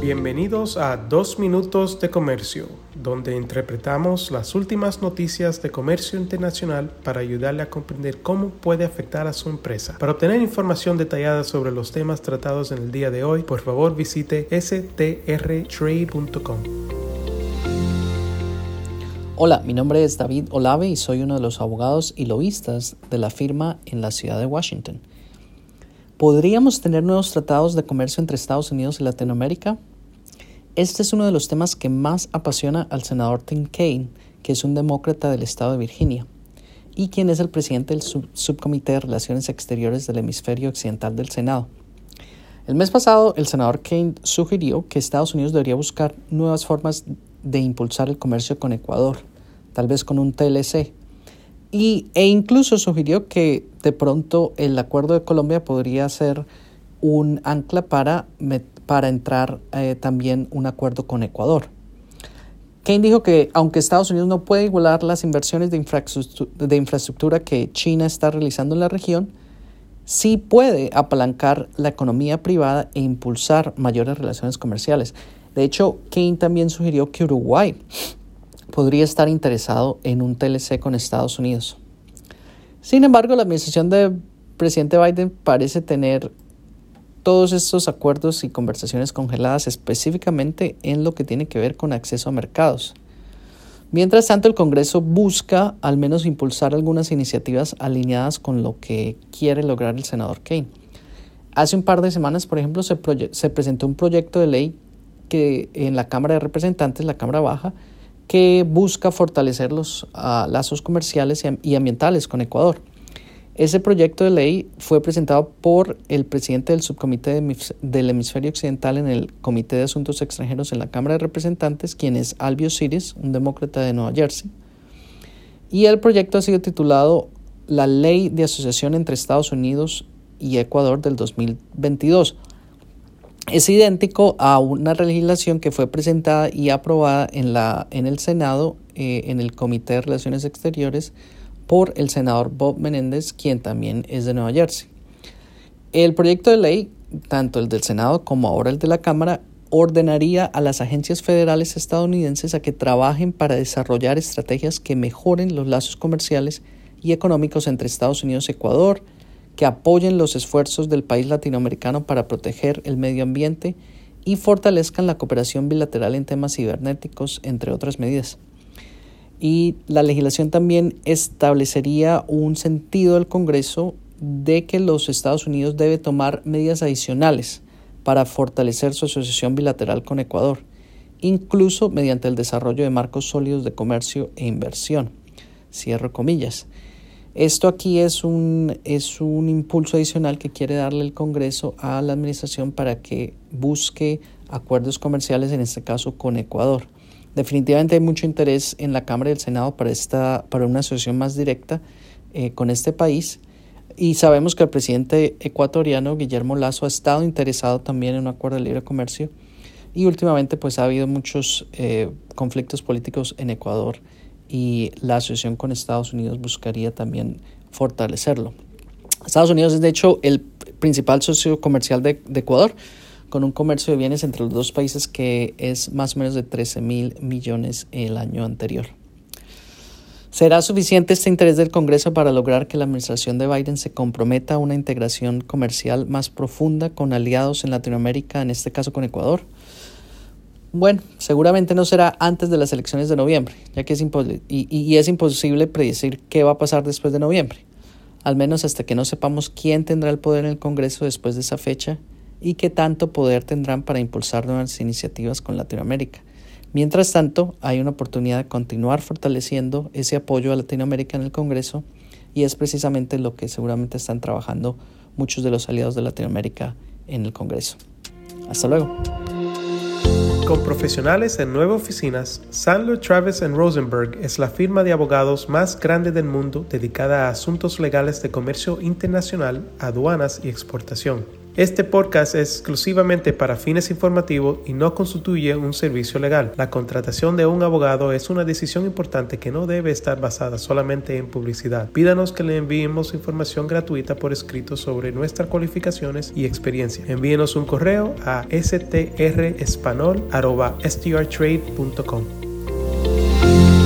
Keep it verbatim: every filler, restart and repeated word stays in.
Bienvenidos a Dos Minutos de Comercio, donde interpretamos las últimas noticias de comercio internacional para ayudarle a comprender cómo puede afectar a su empresa. Para obtener información detallada sobre los temas tratados en el día de hoy, por favor visite s t r trade punto com. Hola, mi nombre es David Olave y soy uno de los abogados y lobistas de la firma en la ciudad de Washington. ¿Podríamos tener nuevos tratados de comercio entre Estados Unidos y Latinoamérica? Este es uno de los temas que más apasiona al senador Tim Kaine, que es un demócrata del estado de Virginia, y quien es el presidente del sub- Subcomité de Relaciones Exteriores del Hemisferio Occidental del Senado. El mes pasado, el senador Kaine sugirió que Estados Unidos debería buscar nuevas formas de impulsar el comercio con Ecuador, tal vez con un T L C, y, e incluso sugirió que de pronto el acuerdo de Colombia podría ser un ancla para, para entrar eh, también un acuerdo con Ecuador. Kaine dijo que aunque Estados Unidos no puede igualar las inversiones de infraestructura, de infraestructura que China está realizando en la región, sí puede apalancar la economía privada e impulsar mayores relaciones comerciales. De hecho, Kaine también sugirió que Uruguay podría estar interesado en un T L C con Estados Unidos. Sin embargo, la administración del presidente Biden parece tener todos estos acuerdos y conversaciones congeladas específicamente en lo que tiene que ver con acceso a mercados. Mientras tanto, el Congreso busca al menos impulsar algunas iniciativas alineadas con lo que quiere lograr el senador Kaine. Hace un par de semanas, por ejemplo, se, proye- se presentó un proyecto de ley que en la Cámara de Representantes, la Cámara Baja, que busca fortalecer los uh, lazos comerciales y, y ambientales con Ecuador. Ese proyecto de ley fue presentado por el presidente del subcomité de, del Hemisferio Occidental en el Comité de Asuntos Extranjeros en la Cámara de Representantes, quien es Al Biosiris, un demócrata de Nueva Jersey. Y el proyecto ha sido titulado La Ley de Asociación entre Estados Unidos y Ecuador del dos mil veintidós. Es idéntico a una legislación que fue presentada y aprobada en, la, en el Senado, eh, en el Comité de Relaciones Exteriores, por el senador Bob Menéndez, quien también es de Nueva Jersey. El proyecto de ley, tanto el del Senado como ahora el de la Cámara, ordenaría a las agencias federales estadounidenses a que trabajen para desarrollar estrategias que mejoren los lazos comerciales y económicos entre Estados Unidos y Ecuador, que apoyen los esfuerzos del país latinoamericano para proteger el medio ambiente y fortalezcan la cooperación bilateral en temas cibernéticos, entre otras medidas. Y la legislación también establecería un sentido del Congreso de que los Estados Unidos debe tomar medidas adicionales para fortalecer su asociación bilateral con Ecuador, incluso mediante el desarrollo de marcos sólidos de comercio e inversión. Cierro comillas. Esto aquí es un, es un impulso adicional que quiere darle el Congreso a la administración para que busque acuerdos comerciales, en este caso con Ecuador. Definitivamente hay mucho interés en la Cámara y el Senado para, esta, para una asociación más directa eh, con este país, y sabemos que el presidente ecuatoriano Guillermo Lasso ha estado interesado también en un acuerdo de libre comercio, y últimamente pues ha habido muchos eh, conflictos políticos en Ecuador, y la asociación con Estados Unidos buscaría también fortalecerlo. Estados Unidos es de hecho el principal socio comercial de, de Ecuador, con un comercio de bienes entre los dos países que es más o menos de trece mil millones el año anterior. ¿Será suficiente este interés del Congreso para lograr que la administración de Biden se comprometa a una integración comercial más profunda con aliados en Latinoamérica, en este caso con Ecuador? Bueno, seguramente no será antes de las elecciones de noviembre, ya que es imposible, y, y es imposible predecir qué va a pasar después de noviembre, al menos hasta que no sepamos quién tendrá el poder en el Congreso después de esa fecha y qué tanto poder tendrán para impulsar nuevas iniciativas con Latinoamérica. Mientras tanto, hay una oportunidad de continuar fortaleciendo ese apoyo a Latinoamérica en el Congreso, y es precisamente lo que seguramente están trabajando muchos de los aliados de Latinoamérica en el Congreso. Hasta luego. Con profesionales en nueve oficinas, Sandler, Travis and Rosenberg es la firma de abogados más grande del mundo dedicada a asuntos legales de comercio internacional, aduanas y exportación. Este podcast es exclusivamente para fines informativos y no constituye un servicio legal. La contratación de un abogado es una decisión importante que no debe estar basada solamente en publicidad. Pídanos que le enviemos información gratuita por escrito sobre nuestras cualificaciones y experiencia. Envíenos un correo a s t r espanol arroba s t r trade punto com.